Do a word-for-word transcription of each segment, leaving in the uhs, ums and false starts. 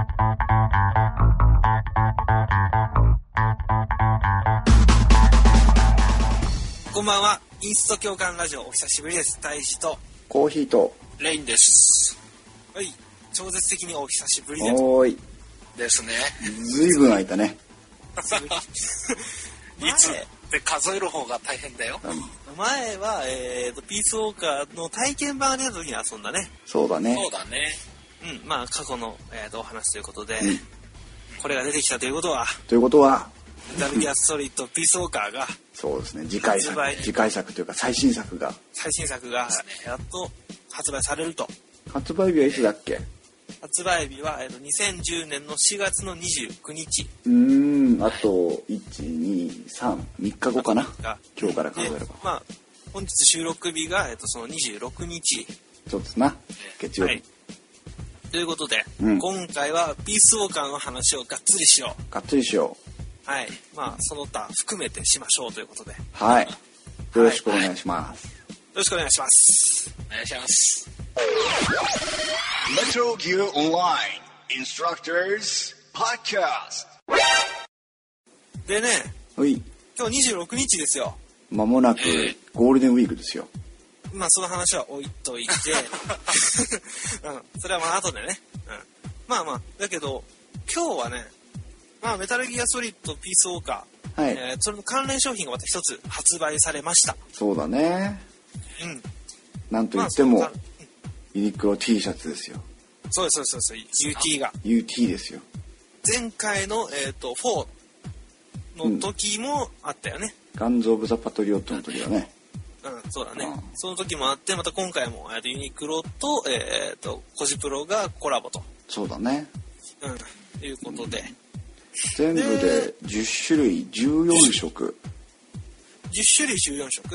こんばんは。インスト共感ラジオ、お久しぶりです。大志とコーヒーとレインです。 はい、超絶的にお久しぶりです。 おーいですね。 ずいぶん空いたね。 いつって数える方が大変だよ。 前は、えーと、ピースウォーカーの体験版が出た時に遊んだね。 そうだね。 そうだね。 うん、まあ過去の、えーと、お話ということで、 うん、 これが出てきたということはということはメタルギアソリッドピースウォーカーがそうですね、次回作次回作というか最新作が最新作がやっと発売されると。 発売日はいつだっけ？ 発売日は、えーと、にせんじゅうねんのしがつのにじゅうくにち。 うーん、あといち、に、さん、みっかごかな。今日から数えれば。 まあ本日収録日が、えーと、そのにじゅうろくにち。 そうですな、月曜日。はい、 ということで、 うん、 今回はピースウォーカーの話をがっつりしよう。 がっつりしよう。 はい、まあその他含めてしましょうということで。 はい。よろしくお願いします。 はい、よろしくお願いします。 お願いします。 Metal Gear Online Instructors Podcast。 でね、 はい。 今日にじゅうろくにちですよ。 間もなくゴールデンウィークですよ。 まあその話は置いといて、うん、それはまあ後でね、うん、まあまあだけど今日はね、まあメタルギアソリッドピースウォーカー、はい、えー、それの関連商品がまた一つ発売されました。 そうだね。 うん。 なんといっても、まあ、ユニクロ T シャツですよ。 そうですそうですそうです。ユーティー が。 ユーティー ですよ。 前回のえっとフォーの時もあったよね。 うん、ガンズオブザパトリオットの時はね。 うん、そうだね。その時もあって、また今回もえっとユニクロとえっとコジプロがコラボと。 そうだね。 うん、ということで。うん全部でじゅっしゅるいじゅうよんしょく。 じゅっしゅるいじゅうよんしょく？ うん。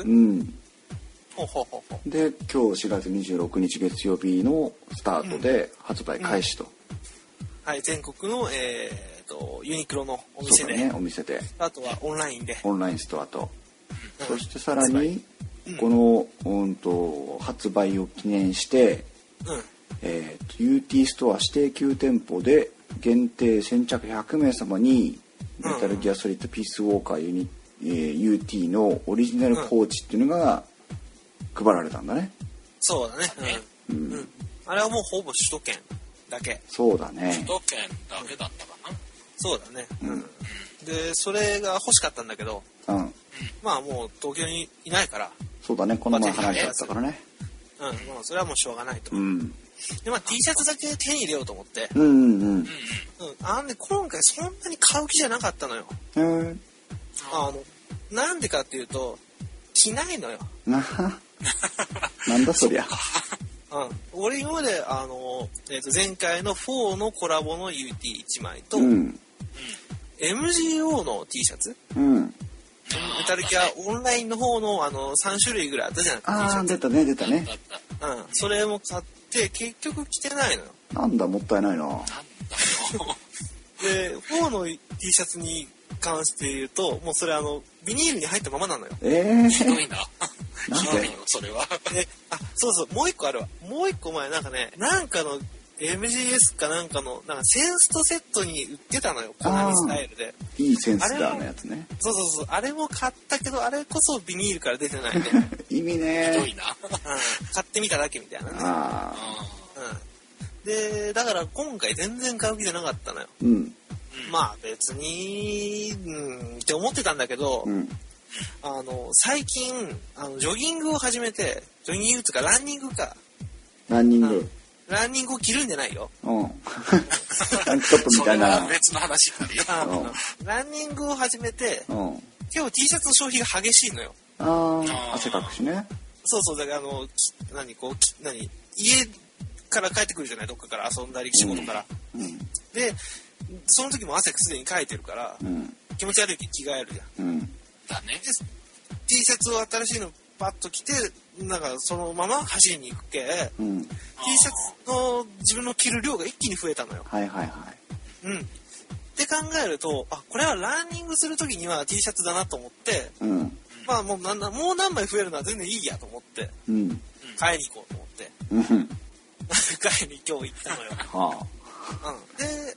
ほうほうほうほう。 で、今日しがつにじゅうろくにち月曜日のスタートで発売開始と。うんうん、はい、全国の、えー、とユニクロのお店で。 そうだね、お店で。 あとはオンラインで。 オンラインストアと。うん、そしてさらに、 うん、 この、うんと、発売を記念して、 うん、 えーと、ユーティー ストア指定きゅう店舗で、限定先着ひゃくめいさまにメタルギアソリッドピースウォーカーユニ、えー、ユーティー のオリジナルポーチっていうのが配られたんだね。 そうだね、うんうんうん、あれはもうほぼ首都圏だけ。 そうだね、 首都圏だけだったかな。 そうだね、うんうん、でそれが欲しかったんだけど、 うん、 まあもう東京にいないから。 そうだね、このまま離れちゃったからね。 うん、もうそれはもうしょうがないと。 うんでまあ T シャツだけ手に入れようと思って、 うんうんうん、うん、 あんで今回そんなに買う気じゃなかったのよ。 へー、 あのなんでかっていうと着ないのよ。 ななんだそりゃ。 うん、俺今まであの、えー、と前回のフォーのコラボの ユーティーいちまいと、うん、エムジーオー の T シャツ、うん、メタルギアオンラインの方の、あのさんしゅるいぐらいあったじゃん。 ああ出たね出たね。 うん、それも買って結局着てないのよ。 なんだもったいないな。 でフォーの T シャツに関して言うともうそれあのビニールに入ったままなのよ。 えー、 ひどいな。ひどいよそれは。 であそうそうもう一個あるわ。もう一個前なんかねなんかの エムジーエス かなんかのなんかセンストセットに売ってたのよ。コナミスタイルで。 いいセンスだのやつね。 そうそうそうあれも買ったけどあれこそビニールから出てないね。 意味ね。 ひどいな。 うん、買ってみただけみたいなね。 あうん、でだから今回全然買う気じゃなかったのよ。 うん、 まあ別に、うん、って思ってたんだけど、うん、あの最近あのジョギングを始めてジョギングとかランニングかランニングランニングを着るんじゃないよ。 うん。タンクトップみたいな。 それは別の話になるよ。 うん、ランニングを始めて、うん、今日 T シャツの消費が激しいのよ。 ああ、汗かくしね。 そうそうだからあの何こう何家から帰ってくるじゃないどっかから遊んだり仕事から。うんうん、でその時も汗すでにかいてるから、うん、気持ち悪い着替えるじゃん。うん、 だね。 で T シャツを新しいのパッと着てなんかそのまま走りに行くけ、うん、T シャツの自分の着る量が一気に増えたのよ。 はいはいはい。 うん。って考えるとあこれはランニングする時には T シャツだなと思って、うん、まあもうなんだもう何枚増えるのは全然いいやと思って、うん、買いに行こうと思って、うん、買いに今日行ったのよ。はあ、うん、で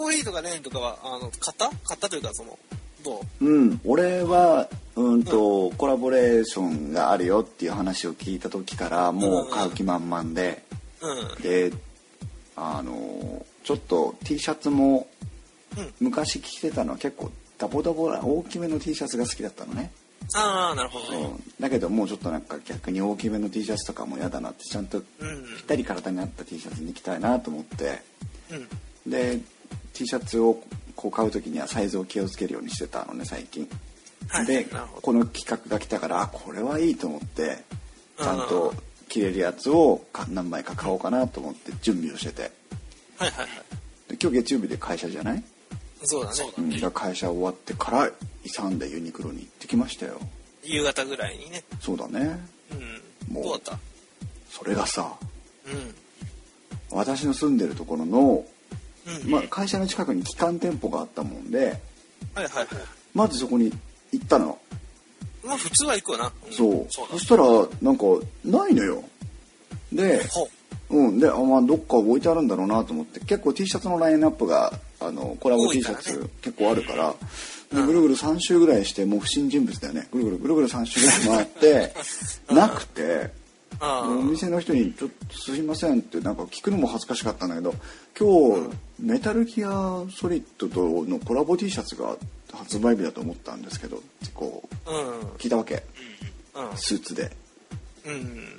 フリーとかレーンとかはあの買った買ったというかそのどううん俺はうんと、うん、コラボレーションがあるよっていう話を聞いた時からもう買う気満々で、うん、であのちょっと T シャツも昔着てたのは結構ダボダボな大きめの T シャツが好きだったのね。 ああなるほどね。 だけどもうちょっとなんか逆に大きめの T シャツとかも嫌だなってちゃんとぴったり体に合った T シャツに着たいなと思って、うん、で T シャツをこう買う時にはサイズを気をつけるようにしてたのね最近、はい、でこの企画が来たからこれはいいと思ってちゃんと着れるやつを何枚か買おうかなと思って準備をしてて、はいはいはい、で今日月曜日で会社じゃない？ そうだね。 うん、会社終わってから勇んでユニクロに行ってきましたよ。 夕方ぐらいにね。 そうだね。 うん。もうどうだった？ それがさ、うん、私の住んでるところの、うんまあ、会社の近くに旗艦店舗があったもんで、はいはいはい、まずそこに行ったの。 まあ普通は行くわな。 うん、そう。そ, そしたらなんかないのよ。で、うん、で、あ、まあどっか置いてあるんだろうなと思って結構 T シャツのラインナップがあのコラボ T シャツ、ね、結構あるから、でぐるぐるさん周ぐらいしてもう不審人物だよね。ぐるぐるぐるぐるさん周ぐらい回ってなくてお店の人にちょっとすいませんってなんか聞くのも恥ずかしかったんだけど今日、うん、メタルギアソリッドとのコラボ T シャツが発売日だと思ったんですけどってこう、うん、聞いたわけ、うん、スーツで、うん、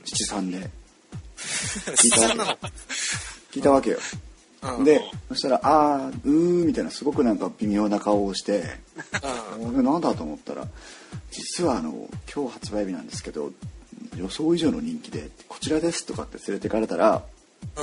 七三で聞いたわけ聞いたわけよ、うん、でそしたらあーうーみたいなすごくなんか微妙な顔をして、うん、なんだと思ったら実はあの今日発売日なんですけど予想以上の人気でこちらですとかって連れてかれたら、うん、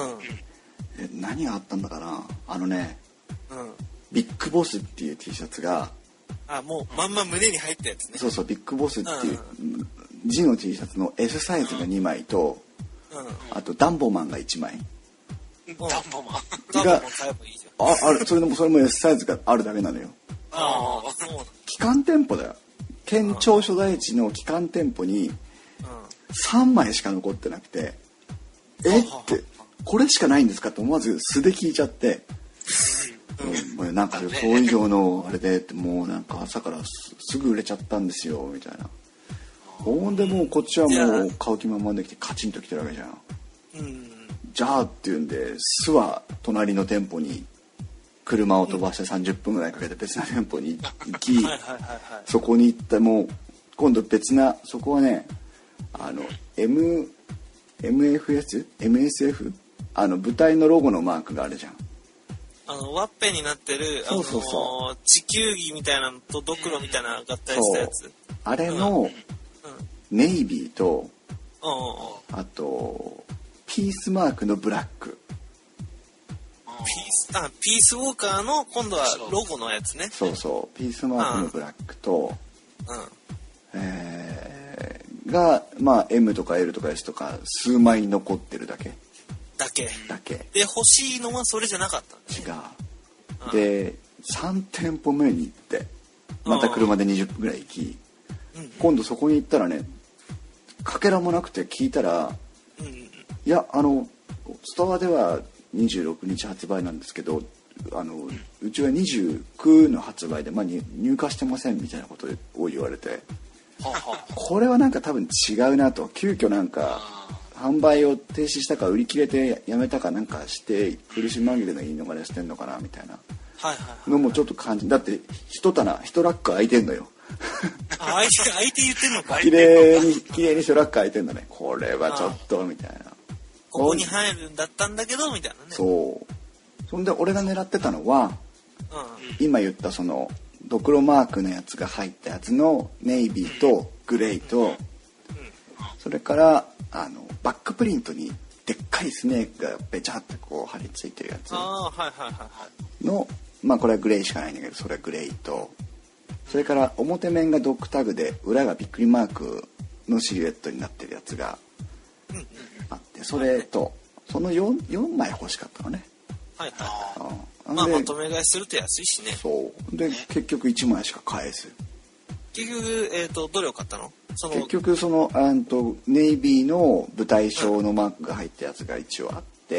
え何があったんだかなあのね、うん、ビッグボスっていう T シャツがあもうまんま胸に入ったやつね。 そうそうビッグボスっていう、うん、G の T シャツの S サイズがにまいと、うん、あとダンボマンがいちまいダンボマンがああるそれでもそれも S サイズがあるだけなのよ。 ああそうなの。 旗艦店舗だよ。県庁所在地の旗艦店舗にさんまいしか残ってなくてえってこれしかないんですかって思わず素で聞いちゃって、うん、なんか予想以上のあれでってもうなんか朝から す, すぐ売れちゃったんですよみたいな。ほんでもうこっちはもう買う気満々できてカチンと来てるわけじゃん。うんじゃあっていうんで巣は隣の店舗に車を飛ばしてさんじゅっぷんぐらいかけて別な店舗に行きそこに行ったもう今度別なそこはねあの M エムエフエス エムエスエフ あの舞台のロゴのマークがあるじゃん。 あのワッペンになってるそうそうそう、あのー、地球儀みたいなのとドクロみたいなのが合体したやつ。 あれのネイビーと、うん、あとピースマークのブラック。 ピースあピースウォーカーの今度はロゴのやつね。 そうそうピースマークのブラックと、うんえー、がまあ エム とか エル とか エス とか数枚残ってるだけ。 だけ。 だけ。 で欲しいのはそれじゃなかったんだ、ね。違う。でさん店舗目に行ってまた車でにじゅっぷんぐらい行き、うん、今度そこに行ったらねかけらもなくて聞いたら、うん、いやあのストアではにじゅうろくにち発売なんですけどあのうちはにじゅうくの発売で、まあ、入荷してませんみたいなことを言われてこれはなんか多分違うなと急遽なんか販売を停止したか売り切れてやめたかなんかして苦し紛れの言い逃れしてんのかなみたいなのもちょっと感じだって一棚一ラック空いてんのよあ相手相手言ってんのか綺麗に綺麗に一ラック空いてんのねこれはちょっとみたいなここに入るんだったんだけどみたいなね。 そうそんで俺が狙ってたのは、うん、今言ったそのドクロマークのやつが入ったやつのネイビーとグレーと、うん、それからあのバックプリントにでっかいスネークがベチャってこう貼り付いてるやつのまあこれはグレーしかないんだけどそれはグレーとそれから表面がドッグタグで裏がびっくりマークのシルエットになってるやつがあってそれとその 4, よんまい欲しかったのね。 はいはいはい。あまあまとめ買いすると安いしね。 そうで結局いちまいしか返す。 結局えっ、ー、とどれを買ったの？その結局そのあんとネイビーの舞台上のマークが入ったやつが一応あって、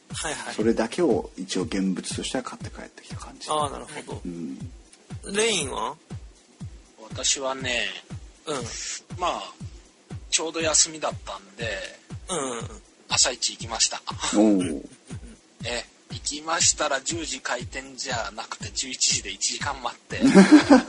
はいはい。 それだけを一応現物としては買って帰ってきた感じ。 ああ、なるほど。うん、レインは？ 私はね、 うん、 まあちょうど休みだったんで、 うん、 朝一行きました。 おえ行きましたらじゅうじ開店じゃなくてじゅういちじでいちじかん待って調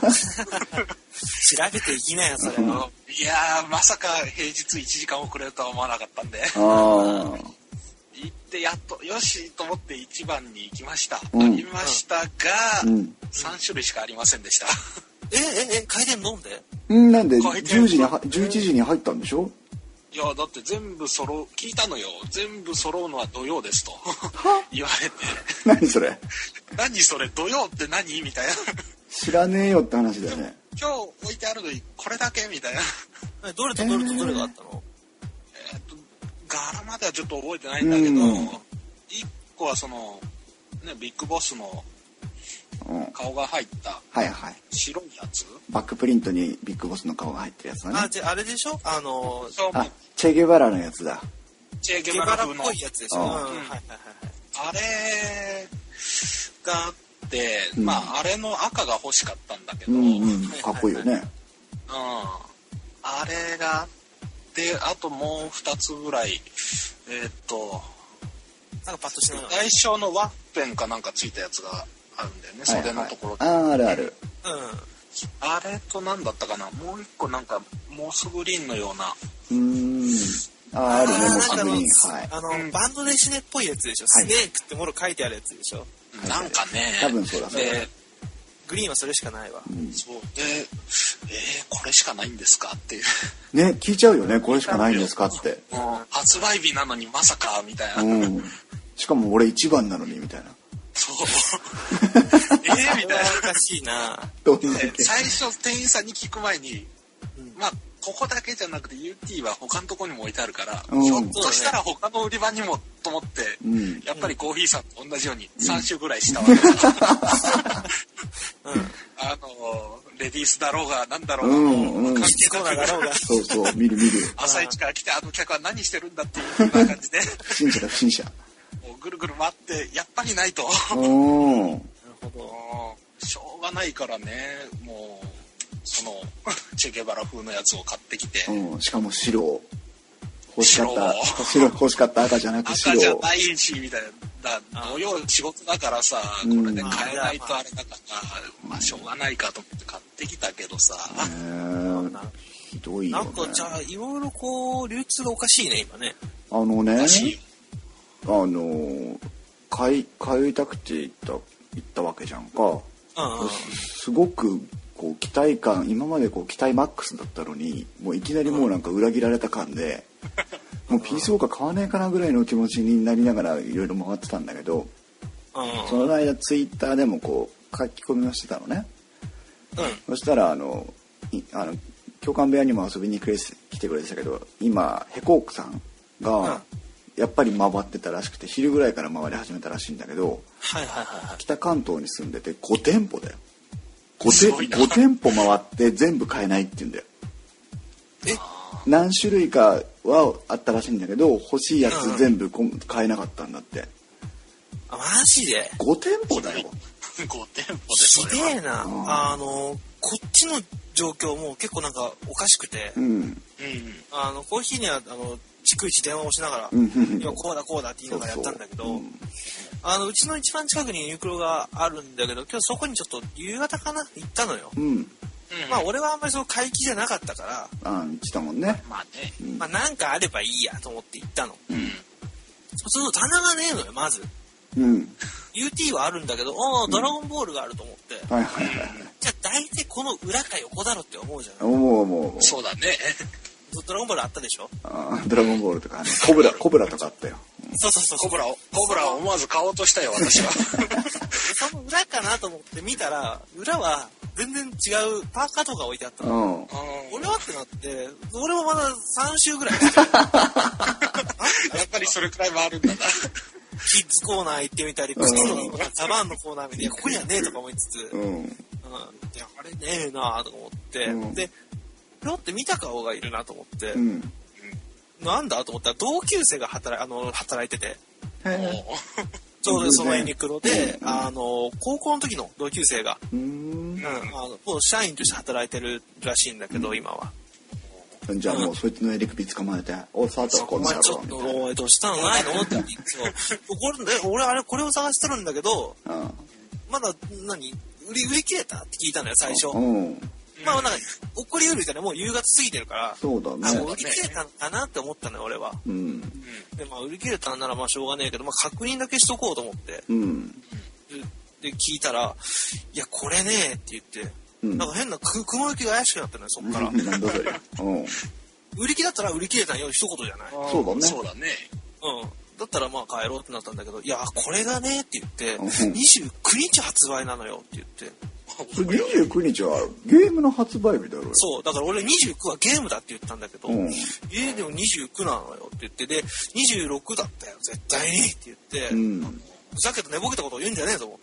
べていきなよそれは。 いやーまさか平日いちじかん遅れるとは思わなかったんで、 あ行ってやっとよしと思って一番に行きました、うん、ありましたが、うん、さん種類しかありませんでした。 えええ開店飲んでんなんでじゅうじにじゅういちじに入ったんでしょ。 いやだって全部揃う聞いたのよ。全部揃うのは土曜ですと言われて何それ何それ土曜って何みたいな。 知らねえよって話だよね。 今日置いてあるのにこれだけみたいな。 どれとどれとどれがあったの？ えー、っと柄まではちょっと覚えてないんだけど、うん、いっこはそのねビッグボスの顔が入った白いやつ、 はいはい、バックプリントにビッグボスの顔が入ってるやつだね。 あ、じゃあれでしょ、あのー、 あチェゲバラのやつだ。 チェゲバラ風のっぽいやつでしょ、うんうん、はいはいはい、 あれがあって、うん、まああれの赤が欲しかったんだけど、 うんうん、かっこいいよね、うん、 あれがあってあともうふたつぐらいえー、っとなんかパッとしないの大小のワッペンかなんかついたやつがあるんだよね、はいはい、袖のところで。 ああ、あるある。 うん。 あれと何だったかな、もう一個なんかモスグリーンのような。 うーん。ああ、あるね、モスグリーン。はい。 あの、うん、バンドでシネっぽいやつでしょ。はい、スネークってもろ書いてあるやつでしょ。 なんかね。 多分そうだね。 グリーンはそれしかないわ。 うん、そうで、えー、これしかないんですかっていう。 ね、聞いちゃうよね、これしかないんですかって。 うん、発売日なのにまさかみたいな。 うん。しかも俺一番なのにみたいな。 そうえーみたいな。 おかしいな。 最初店員さんに聞く前に、うん、まあここだけじゃなくて ユーティー は他のとこにも置いてあるから、うん、ひょっとしたら他の売り場にもと思って、うん、やっぱりコーヒーさんと同じようにさん種ぐらいしたわけだ、うん、あのレディースだろうがなんだろうが、うんうん、関係なだろうがそうそう見る見る朝一から来てあの客は何してるんだっていう風な感じで不審者だ不審者もうぐるぐる回ってやっぱりないとおなるほどしょうがないからねもうそのチェゲバラ風のやつを買ってきて、 うん、しかも白欲しかった白欲しかった赤じゃなく白赤じゃないしみたいな土曜仕事だからさこれで買えないとあれだから、うん、まあしょうがないかと思って買ってきたけどさひどいよねなんかじゃあいろいろこう流通がおかしいね今ねあのねあの買い買いたくて行った行ったわけじゃんか、うんうん、すごくこう期待感今までこう期待マックスだったのにもういきなりもうなんか裏切られた感で、うん、もうピースウォーカー買わないかなぐらいの気持ちになりながらいろいろ回ってたんだけど、うん、その間ツイッターでもこう書き込みをしてたのね、うん、そしたらあのあの教官部屋にも遊びに来てくれてたけど今ヘコークさんが、うんやっぱり回ってたらしくて昼ぐらいから回り始めたらしいんだけど、 はいはいはいはい、 北関東に住んでてご店舗だよ 5, 店ご店舗回って全部買えないって言うんだよ。 え何種類かはあったらしいんだけど欲しいやつ全部買えなかったんだって、 あマジでご店舗だよご店舗でそれはひでえな、うん、あのこっちの状況も結構なんかおかしくて、うん、あのコーヒーにはあの逐一電話をしながら、うん、今こうだこうだって言いながらやったんだけど、そうそう、うん、あのうちの一番近くにユニクロがあるんだけど今日そこにちょっと夕方かな行ったのよ、うん、まあ俺はあんまりそう買い気じゃなかったからあ言ってたもんねまあね、うん、まあなんかあればいいやと思って行ったの、うん、そうすると棚がねえのよまず、うん、ユーティー はあるんだけどおードラゴンボールがあると思って、うん、はいはいはい、じゃあ大体この裏か横だろって思うじゃん思う思う思うそうだねドラゴンボールあったでしょあドラゴンボールとか、ね、コブラコブラとかあったよ、 うん、そうそうそうコブラをコブラを思わず買おうとしたよ私はその裏かなと思って見たら裏は全然違うパーカーとか置いてあったの、うん、俺はってなって俺もまださん週ぐらいやっぱりそれくらいもあるんだなキッズコーナー行ってみたり、靴のザバーンのコーナー見て、ここにはねえとか思いつつ、うん、うん、いやあれねえなとか思って、うん、でぴょって見た顔がいるなと思って、うん、なんだと思ったら同級生が働い、あの働いてて、 へちょうどそのユニクロで、うん、あの高校の時の同級生が、うん、うん、あのもう社員として働いてるらしいんだけど、うん、今は。 じゃあもうそいつの襟首捕まえて、おさあとこんなやろちょっとおいどうしたのないのって言って、これで俺あれこれを探してるんだけど、うん、まだ何売り売り切れたって聞いたのよ最初。うん、まあなんか起こりうるじゃないもう夕方過ぎてるから、 そうだね。 あもう売り切れたのかなって思ったのよ俺は。うん、でまあ売り切れたんならまあしょうがねえけど、まあ確認だけしとこうと思って、うん、で聞いたらいやこれねって言って。うん、なんか変な雲行きが怪しくなったのよそっから。なんだそれ。うん。売り切れだったら売り切れたんよ一言じゃない。 そうだね。 そうだね。 うん。だったらまあ帰ろうってなったんだけど、いやこれがねって言って、うん、にじゅうくにち発売なのよって言って。 それにじゅうくにちはゲームの発売日だろ。 そうだから俺にじゅうくはゲームだって言ったんだけど、うん、えー、でもにじゅうくなのよって言ってでにじゅうろくだったよ絶対にって言って、うん、ふざけた寝ぼけたことを言うんじゃねえと思って。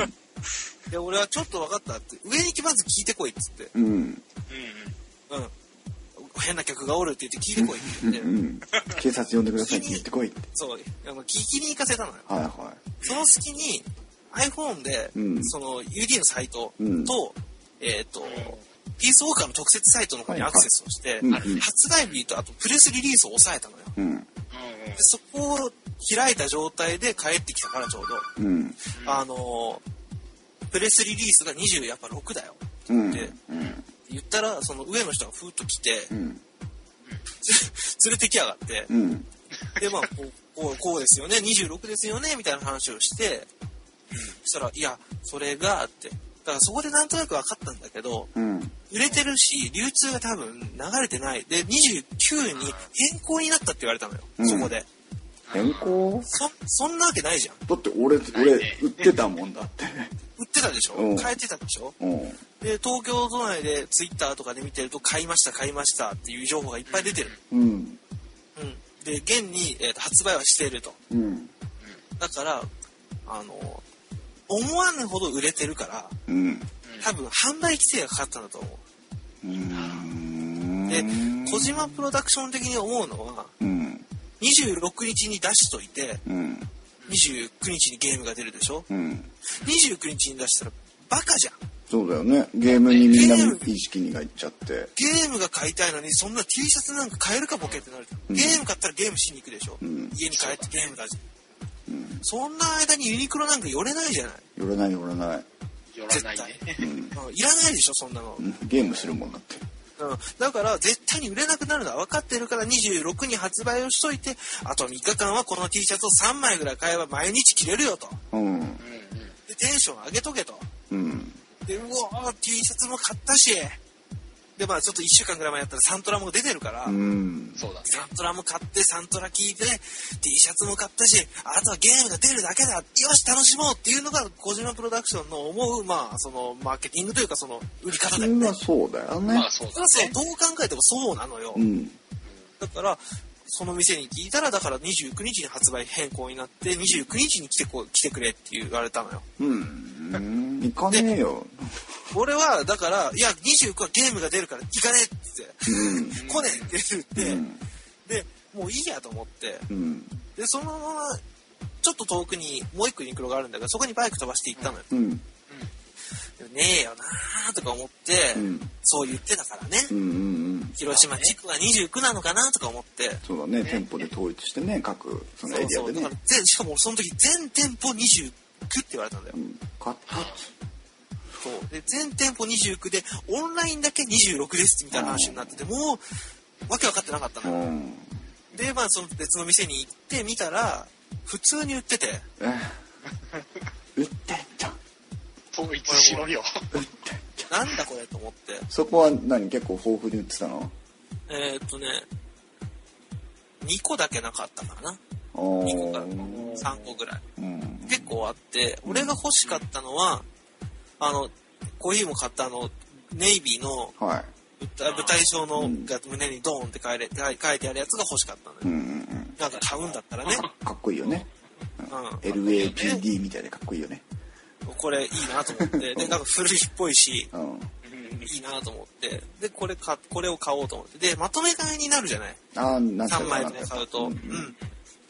で俺はちょっと分かったって上にまず聞いてこいっつって、うんうんうん、変な客がおるって言って聞いてこいって言って、うん、 警察呼んでくださいって言ってこいってそう聞きに行かせたのよ、 はいはい、 その隙に iPhone で、うん、その ユーディー のサイトと、うん、えっ、ー、とピースウォーカーの特設サイトの方にアクセスをして、はいはい、発売日とあとプレスリリースを抑えたのよ、うん、でそこを開いた状態で帰ってきたからちょうど、うん、あのープレスリリースがにじゅうやっぱろくだよって言って、うんうん、言ったらその上の人がふーっと来て、うん、連れてきやがって、うん、でまあこうこうこうですよねにじゅうろくですよねみたいな話をして、うん、そしたらいやそれがってだからそこでなんとなく分かったんだけど、うん、売れてるし流通が多分流れてないでにじゅうきゅうに変更になったって言われたのよ、うん、そこで。 変更そ, そんなわけないじゃん。 だって俺俺売ってたもんだって売ってたでしょ、うん、買えてたでしょ、うん、で東京都内でツイッターとかで見てると買いました買いましたっていう情報がいっぱい出てる、うんうん、で現に、えーと、発売はしていると、うん、だからあの思わぬほど売れてるから、うん、多分販売規制がかかったんだと思う、うん、で小島プロダクション的に思うのは、うんにじゅうろくにちに出しといて、うん、にじゅうくにちにゲームが出るでしょ、うん、にじゅうくにちに出したらバカじゃん。 そうだよねゲームにみんな意識に入っちゃってゲームが買いたいのにそんな T シャツなんか買えるかボケってなる、うん、ゲーム買ったらゲームしに行くでしょ、うん、家に帰ってゲームだじゃん、うん、そんな間にユニクロなんか寄れないじゃない。 寄れない寄れない寄らないね、うん、 いらないでしょそんなの、 うん、ゲームするもんだってうん、だから絶対に売れなくなるのは分かってるからにじゅうろくに発売をしといてあとみっかかんはこの T シャツをさんまいぐらい買えば毎日着れるよと、うん、でテンション上げとけと、うん、でうお T シャツも買ったしでまあちょっといっしゅうかんぐらい前やったらサントラも出てるから、うん、そうだね、サントラも買ってサントラ聞いて T シャツも買ったしあとはゲームが出るだけだよし楽しもうっていうのが小島プロダクションの思うまあそのマーケティングというかその売り方だよね。 そうだよね、まあ、そうだねそうどう考えてもそうなのよ、うん、だからその店に聞いたらだからにじゅうくにちに発売変更になってにじゅうくにちに来てこ来てくれって言われたのよ。 うん行かねえよ。 俺はだからいやにじゅうくはゲームが出るから行かねえって、うん、来ねえって言って、うん、でもういいやと思って、うん、でそのままちょっと遠くにもう一個ユニクロがあるんだけどそこにバイク飛ばして行ったのよ、うんうん、ねえよなーとか思って、うん、そう言ってたからね、うんうんうん、広島地区はにじゅうくなのかなとか思ってそうだね、ね店舗で統一してね各そのエリアでねそうそうしかもその時全店舗にじゅうくって言われたんだよ、うん、買ったそうで全店舗にじゅうくでオンラインだけにじゅうろくですみたいな話になっててもうわけ分かってなかったのよ、うん、でまあその別の店に行ってみたら普通に売ってて売ってんじゃん統一しろよ売ってんじゃんなんだこれと思ってそこは何結構豊富に売ってたの。 えー、っとねにこだけなかったからなにこかさんこぐらい、うん、結構あって俺が欲しかったのはあのコーヒーも買ったあのネイビーの、はい、舞台上のが胸にドーンって書いて書いてあるやつが欲しかったのよ、うんうんうん、なんか買うんだったらねかっこいいよね、うん、エルエーピーディー みたいでかっこいいよねこれいいなと思ってでなんか古いっぽいし、うん、いいなと思ってでこれかこれを買おうと思ってでまとめ買いになるじゃないあなさんまいで買うと、うんうん、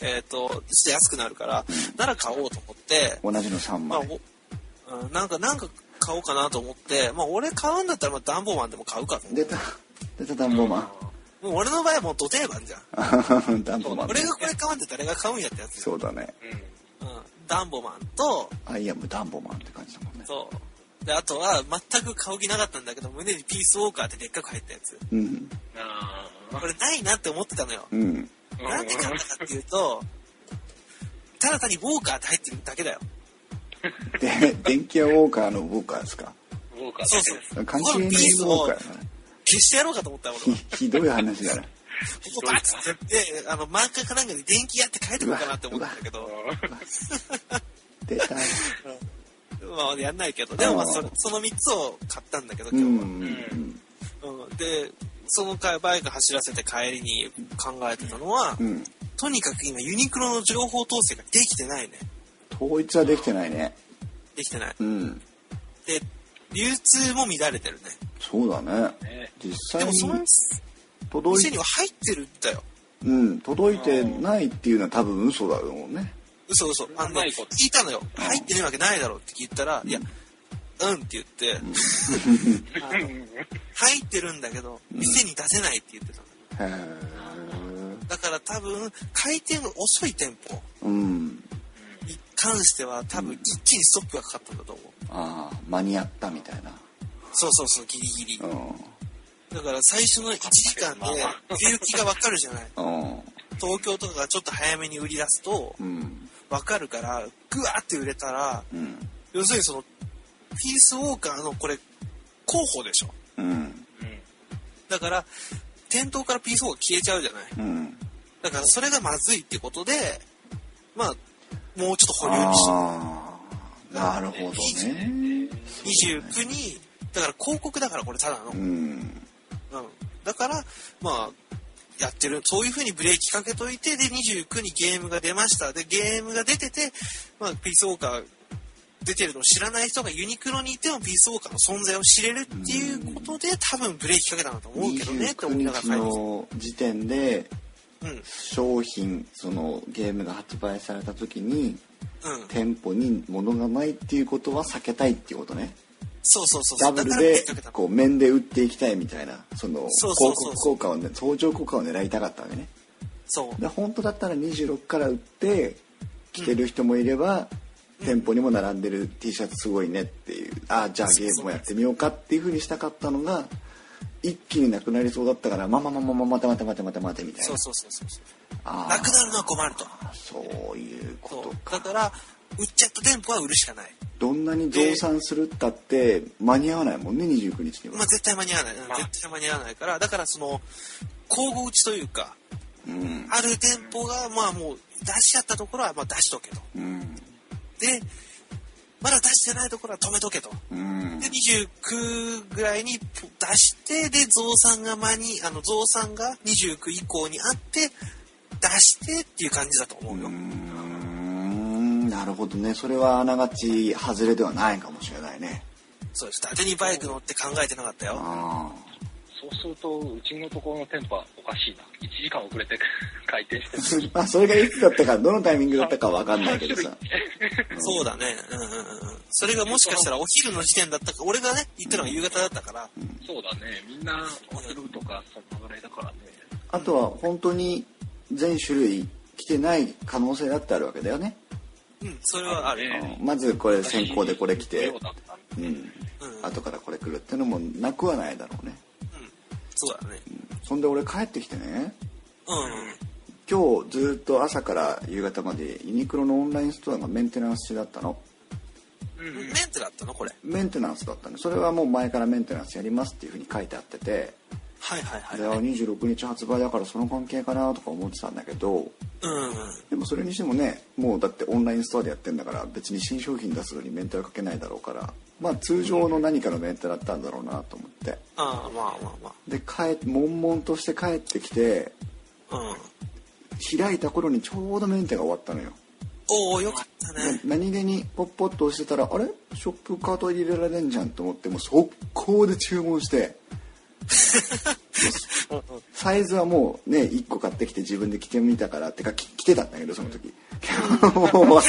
えっ、ー、と、ちょっと安くなるから、うん、なら買おうと思って。 同じのさんまい。 まあ、うん、なんか、なんか買おうかなと思って、まあ俺買うんだったら、まあダンボーマンでも買うかと思って。 出た、出たダンボーマン。 もう俺の場合はもうド定番じゃん。 ダンボーマン、ね。 俺がこれ買わんで誰が買うんやってやつ。 そうだね。 うん。うん、ダンボーマンと、 アイアムダンボーマンって感じだもんね。 そう。で、あとは全く買う気なかったんだけど、胸にピースウォーカーってでっかく入ったやつ。うん。あこれないなって思ってたのよ。うん。なんで買ったかっていうと、ただ単にウォーカーって入ってるだけだよ。 で、電気屋ウォーカーのウォーカーですか。 ウォーカーそうそう。 関係ないウォーカーだな。 消してやろうかと思った俺は。 ひ, ひどい話だな。 ここバッつってあの漫画かなんかで電気屋って書いてこうかなって思ったんだけど。 出た。 まあやんないけど、でもまあ そ, そのみっつを買ったんだけど今日は。うん、うん、でそのバイク走らせて帰りに考えてたのは、うん、とにかく今ユニクロの情報統制ができてないね。 統一はできてないね。 できてない。うん。で流通も乱れてるね。 そうだね。実際にでもその届い店には入ってるんだよ。 うん、届いてないっていうのは多分嘘だろうね。 嘘嘘。あの、ね、聞いたのよ。入ってないわけないだろうって聞いたら、うん、いや、うんって言って、うん、あの入ってるんだけど、店に出せないって言ってたの。へー。だから多分、回転が遅い店舗に関しては多分一気にストップがかかったんだと思う。 ああ、間に合ったみたいな。 そうそうそう、ギリギリ。うん、だから最初のいちじかんで売れ行きが分かるじゃない。うん、東京とかがちょっと早めに売り出すと分かるから、グワーって売れたら、うん、要するにそのピースウォーカーのこれ候補でしょ。うん、だから店頭からピースウォーカー消えちゃうじゃない。うん、だからそれがまずいってことで、まあもうちょっと保留にした。 なるほどね。 にじゅうくにだから広告だからこれただの、うんうん、だからまあやってるそういう風にブレーキかけといてでにじゅうくにゲームが出ましたでゲームが出てて、まあ、ピースウォーカー出てるのを知らない人がユニクロにいてもピースウォーカーの存在を知れるっていうことで多分ブレーキかけたんだと思うけどねって思いながらにじゅうくにちの時点で、うん、商品そのゲームが発売された時に、うん、店舗に物がないっていうことは避けたいっていうことね。 そうそうそうダブルでこう面で売っていきたいみたいなその広告効果をね相乗効果を狙いたかったわけね。そうで本当だったらにじゅうろくから売って着てる人もいれば、うん、店舗にも並んでる T シャツすごいねっていうあじゃあゲームもやってみようかっていう風にしたかったのが一気になくなりそうだったからままままま待て待て待て待て待てみたいな。 そうそうそうそうあなくなるのは困ると。 そういうことか。 だから売っちゃった店舗は売るしかない。 どんなに増産するったって間に合わないもんねにじゅうくにちには。 まあ絶対間に合わない、まあ、絶対間に合わないからだからその交互打ちというか、うん、ある店舗がまあもう出しちゃったところはまあ出しとけと、うん、でまだ出してないところは止めとけと、うん、でにじゅうくぐらいに出してで増産が間にあの増産がにじゅうく以降にあって出してっていう感じだと思うよ。うんなるほどね。それはあながち外れではないかもしれないね。 そうです。伊達にバイク乗って考えてなかったよ。あそうするとうちのところの店舗はおかしいな。いちじかん遅れて開店してる。 まあそれがいつだったかどのタイミングだったかわかんないけどさ。 そうだね。うんうんうん。それがもしかしたらお昼の時点だったか俺がね行ったのが夕方だったから。 うん、そうだね。みんなお昼とかそのぐらいだからね。 あとは本当に全種類来てない可能性だってあるわけだよね。 うん、それはあるよ、ね、 まずこれ先行でこれ来て、うん、うん、後からこれ来るっていうのもなくはないだろうね。 うん、そうだね、うん、 そんで俺帰ってきてね、うん、今日ずっと朝から夕方までユニクロのオンラインストアがメンテナンス中だったの。 うん、メンテだったのこれ。 メンテナンスだったね。それはもう前からメンテナンスやりますっていう風に書いてあってて、 はいはいはい、はい、 にじゅうろくにち発売だからその関係かなとか思ってたんだけど、うん、でもそれにしてもねもうだってオンラインストアでやってんだから別に新商品出すのにメンテはかけないだろうからまあ通常の何かのメンテだったんだろうなと思って、うん、 あまあまあまあで帰悶々として帰ってきて、うん、開いた頃にちょうどメンテが終わったのよ。 おおよかったね。 何気にポッポッと押してたらあれショップカート入れられんじゃんと思ってもう速攻で注文してサイズはもうねいっこ買ってきて自分で着てみたからってか着てたんだけどその時もうも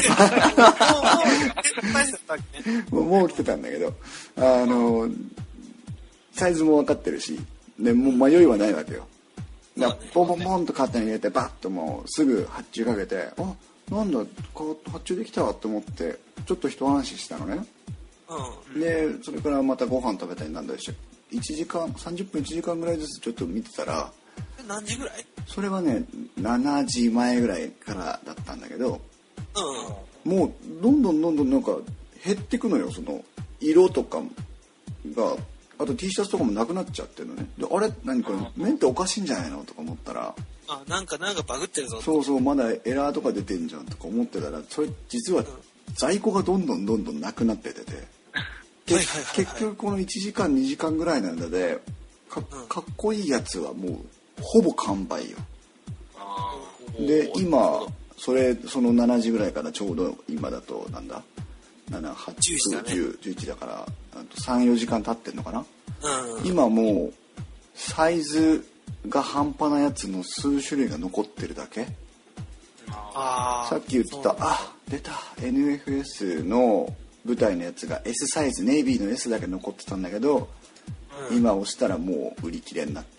うもう着てたんだけどあのサイズも分かってるしでもう迷いはないわけよ。だポンポンポンとカートに入れてバッともうすぐ発注かけてあなんだ発注できたと思ってちょっと一安心したのね、うん、でそれからまたご飯食べたりなんだりしていちじかんさんじゅっぷんいちじかんぐらいずつちょっと見てたら何時ぐらい？ それはねしちじまえぐらいからだったんだけど、うん、もうどんどんどんどんなんか減ってくのよその色とかがあと T シャツとかもなくなっちゃってるのねであれ何これメンテおかしいんじゃないのとか思ったらあなんかなんかバグってるぞそうそうまだエラーとか出てんじゃんとか思ってたらそれ実は在庫がどんどんどんどんなくなっててて、うん、結局このいちじかんにじかんぐらいなんだで か, かっこいいやつはもうほぼ完売よ。で今それそのしちじぐらいからちょうど今だとなんだなな、はち、じゅう、じゅういちだからさん、よじかん経ってんのかな、うん、今もうサイズが半端なやつの数種類が残ってるだけ。あさっき言ってたあ出た エヌエフエス の舞台のやつが S サイズネイビーの S だけ残ってたんだけど、うん、今押したらもう売り切れになった。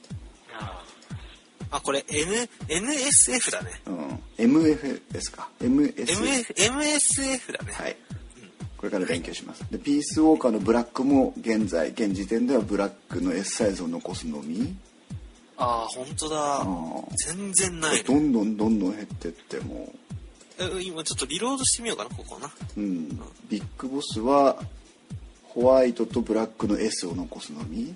あこれ、N、エヌエスエフ だね。 うん エムエフエス か エムエスエフエムエフ エムエスエフ だね。 はい、うん、これから勉強します。でピースウォーカーのブラックも現在現時点ではブラックの S サイズを残すのみ。 ああ本当だ全然ない、ね、 どんどんどんどん減ってってもう今ちょっとリロードしてみようかなここな、 うん、うん、ビッグボスはホワイトとブラックの S を残すのみ。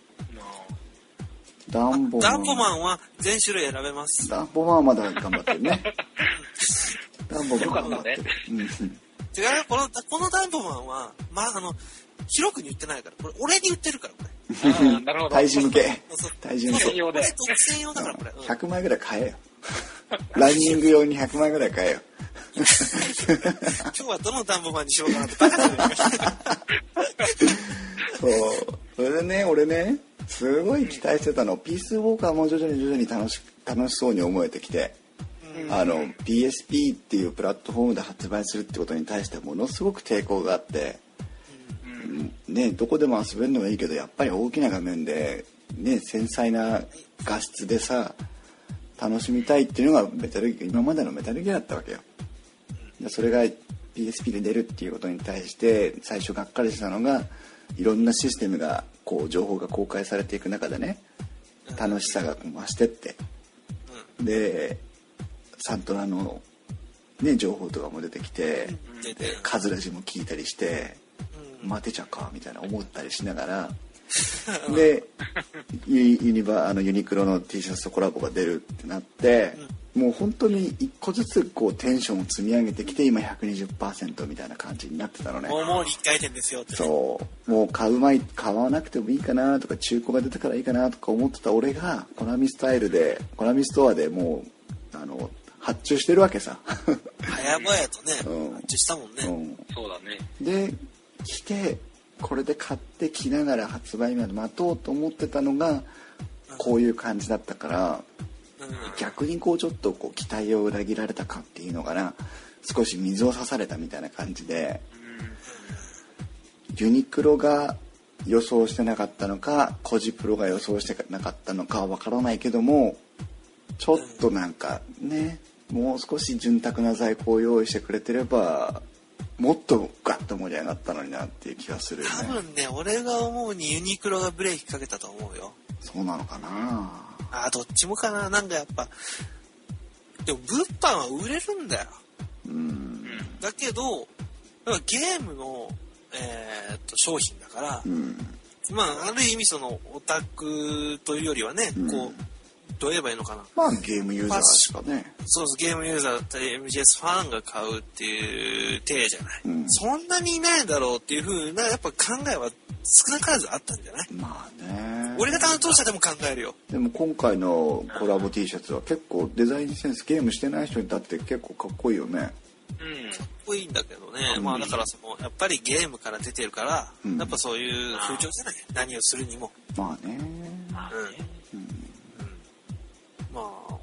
ダンボマンダンボマンは全種類選べます。 ダンボマンはまだ頑張ってるねダンボマンは頑張ってる、うん、違うこのこのダンボマンはまああの広くに売ってないからこれ俺に売ってるからこれあなるほど体重向け体重向け専用でこれ独占用だからこれ、うん、 ひゃくまいぐらい買えよランニング用にひゃくまいぐらい買えよ今日はどのダンボマンにしようかなってバカじゃないかそうそれでね俺ねすごい期待してたの、うん、ピースウォーカーも徐々に徐々に楽し楽しそうに思えてきて、うん、あの ピーエスピー っていうプラットフォームで発売するってことに対してものすごく抵抗があって、うん、ねどこでも遊べるのはいいけどやっぱり大きな画面でね繊細な画質でさ楽しみたいっていうのがメタル今までのメタルギアだったわけよ。でそれが ピーエスピー で出るっていうことに対して最初がっかりしたのがいろんなシステムがこう情報が公開されていく中でね楽しさが増してって、うん、でサントラの、ね、情報とかも出てきて、うん、でカズラジも聞いたりして、うん、待てちゃうかみたいな思ったりしながらでユニバあのユニクロの T シャツとコラボが出るってなって、うん、もう本当に一個ずつこうテンションを積み上げてきて今 ひゃくにじゅっパーセント みたいな感じになってたのね。 もうもういっかい転ですよって、ね、 そうもう買う前買わなくてもいいかなとか中古が出たからいいかなとか思ってた俺がコナミスタイルでコナミストアでもうあの発注してるわけさ早々とね、うん、発注したもんね、うん、 そうだね。 で来てこれで買ってきながら発売まで待とうと思ってたのがこういう感じだったから、うん、逆にこうちょっとこう期待を裏切られたかっていうのかな少し水を差されたみたいな感じで、うん、ユニクロが予想してなかったのかコジプロが予想してなかったのかは分からないけどもちょっとなんかねもう少し潤沢な在庫を用意してくれてればもっとガッと盛り上がったのになっていう気がするよね。 多分ね俺が思うにユニクロがブレーキかけたと思うよ。 そうなのかなあどっちもかな。なんかやっぱでも物販は売れるんだよ。うんだけどゲームの、えー、っと商品だから、うん、まあある意味そのオタクというよりはね、うん、こうどう言えばいいのかな。 まあゲームユーザーしかね。 そうそうゲームユーザーだったり エムジーエス ファンが買うっていう体じゃない、うん、そんなにいないだろうっていう風なやっぱ考えは少なからずあったんじゃない。 まあね俺が担当者でも考えるよ。 でも今回のコラボ T シャツは結構デザインセンスゲームしてない人にだって結構かっこいいよね。 うんかっこいいんだけどね、うん、まあだからそのやっぱりゲームから出てるから、うん、やっぱそういう風潮じゃない何をするにも。 まあね、 うん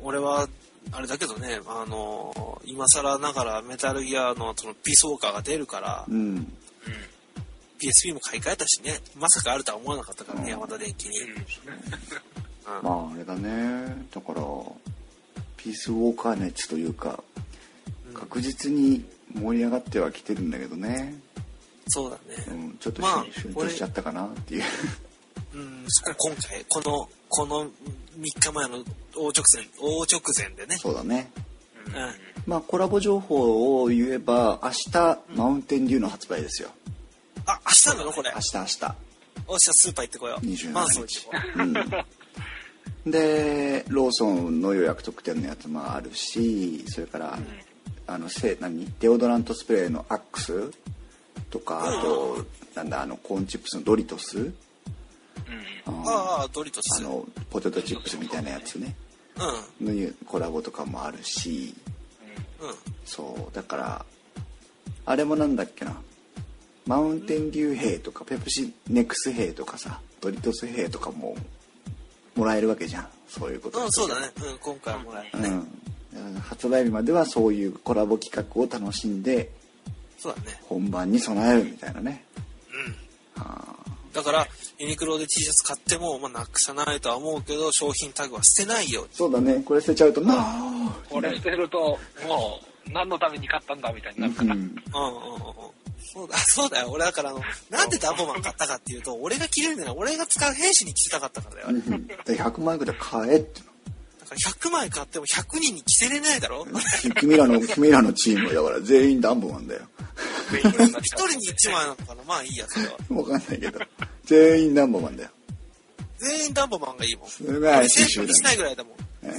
俺はあれだけどね、あの今更ながらメタルギアのそのピースウォーカーが出るから、うん、ピーエスピー も買い替えたしね、まさかあるとは思わなかったからね、うん、ヤマダ電機に、うん、 まああれだね、だからピースウォーカー熱というか、うん、確実に盛り上がってはきてるんだけどね。 そうだね、 うん、ちょっとシュンとしちゃったかなっていう、 うん、今回このこのみっかまえの大直線大直前でね。 そうだね、うん、まあコラボ情報を言えば明日、うん、マウンテンデューの発売ですよ。 あ、明日なのこれ。 明日明日。 おっしゃ、スーパー行ってこよう。 にじゅうしちにち、うん、でローソンの予約特典のやつもあるし、それから、うん、あのせ何デオドラントスプレーのアックスとか、あと、うん、なんだあのコーンチップスのドリトス、うん、 ああドリトス、 あのポテトチップスみたいなやつね、うん、のコラボとかもあるし、うん、そうだからあれもなんだっけな、マウンテンデュー兵とかペプシネックス兵とかさ、ドリトス兵とかももらえるわけじゃん。そういうこと。 うん、そうだね、うん、今回はもらえるね、 うん、発売日まではそういうコラボ企画を楽しんで、 そうだね、 本番に備えるみたいなね、 うん、はあ、だからユニクロで T シャツ買っても、まあ、なくさないとは思うけど商品タグは捨てないように。 そうだね、これ捨てちゃうとなあこれ捨てるともう何のために買ったんだみたいになるから、うんうんうんうん、 そうだそうだよ。俺だからあのなんでダンボマン買ったかっていうと、俺が着れるんだよ、俺が使う兵士に着せたかったからだよ、あれ、うん、 でひゃくまいぐらい買えってだからひゃくまい買ってもひゃくにんに着せれないだろ君らの君らのチームだから全員ダンボマンだよ一人にいちまいなのかな、まあいいやそれは分かんないけど全員ダンボマンだよ。 全員ダンボマンがいいもん。 すごい怪しい集団。 しないぐらいだもん。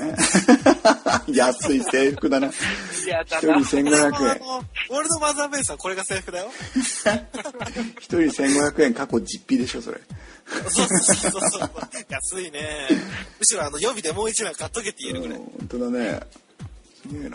安い制服だな。一人せんごひゃくえん。 俺のマザーベースはこれが制服だよ。 一人せんごひゃくえん過去実費でしょそれ。 そうそうそうそう。安いね。むしろあの予備でもう一枚買っとけって言えるぐらい。 本当だね。すげえな。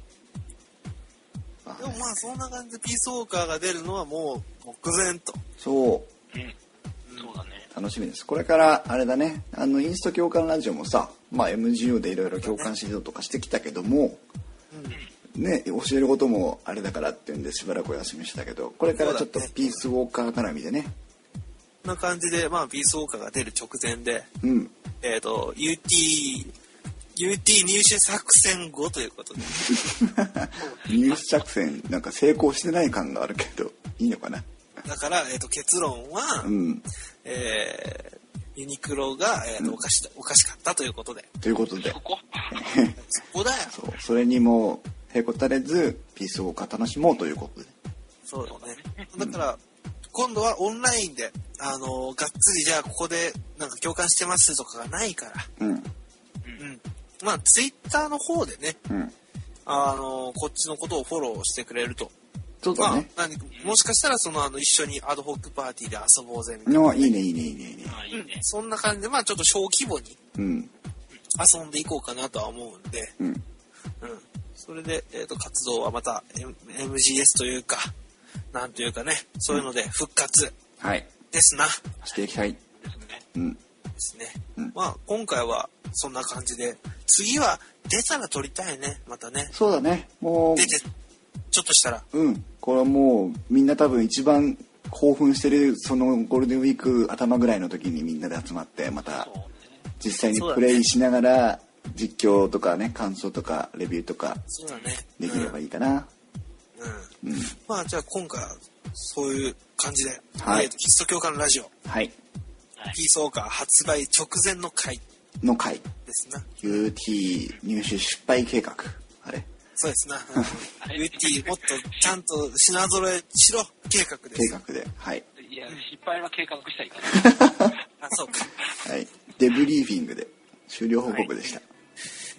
でもまあそんな感じでピースウォーカーが出るのはもう目前と。 そう。うん。 そうだね。 楽しみです。これからあれだね、あのインスト共感ラジオもさ、まあ エムジーオー でいろいろ共感指導とかしてきたけども、うん、ね教えることもあれだからっていうんでしばらくお休みしたけど、これからちょっとピースウォーカー絡みでね。 こんな感じでまあピースウォーカーが出る直前で、うん、えっ、ー、と ユーティーユーティー 入手作戦後ということで入手作戦なんか成功してない感があるけどいいのかな。 だから、えー、と結論は、うんえー、ユニクロが、えーとうん、おかしおかしかったということでということでそこそこだよ。 そうそれにもへこたれずピースウォーカー楽しもうということで。 そうだね。だから、うん、今度はオンラインであのー、がっつりじゃあここでなんか共感してますとかがないから、うん、うん、まあツイッターの方でね、うん、あのー、こっちのことをフォローしてくれると。 そうだね。 まあ、何もしかしたらそのあの一緒にアドホックパーティーで遊ぼうぜみたいな、 ね。いいねいいねいいねいいね。 うん、そんな感じでまあちょっと小規模に遊んでいこうかなとは思うんで、うん、うん、それで、えーと、活動はまた エムジーエス というかなんというかねそういうので復活ですな。 うんはい、していきたい。 ですね。うん。ですね。うん、まあ今回はそんな感じで次は出たら撮りたいねまたね。 そうだね。もう。 出てちょっとしたらうんこれはもうみんな多分一番興奮してるそのゴールデンウィーク頭ぐらいの時にみんなで集まってまた実際にプレイしながら実況とかね感想とかレビューとかできればいいかな。 うん、うんうん、まあじゃあ今回はそういう感じで、はい、ヒスト共感ラジオ、はい、ピースウォーカー発売直前の回の回ですな。 ユーティー 入手失敗計画あれそうですな。ユーティーもっとちゃんと品揃えしろ計画です。 計画で、はい。 いや失敗は計画したいから。 あ、そうか。 はい。デブリーフィングで終了報告でした。はい、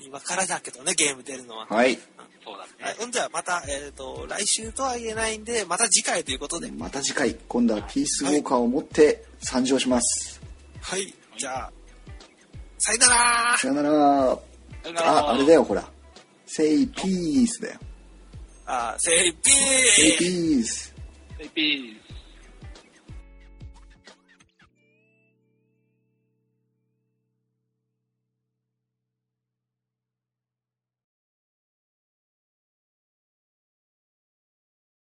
今からだけどねゲーム出るのは。 はい。 うん、そうだね。はい、じゃあまたえっ、ー、と来週とは言えないんでまた次回ということで。 また次回今度はピースウォーカーを持って参上します。 はい。はい、じゃあさよなら。 さよなら。あ、あれだよほら。Say peace だよ。 あ、Say peace! Say peace! Say peace!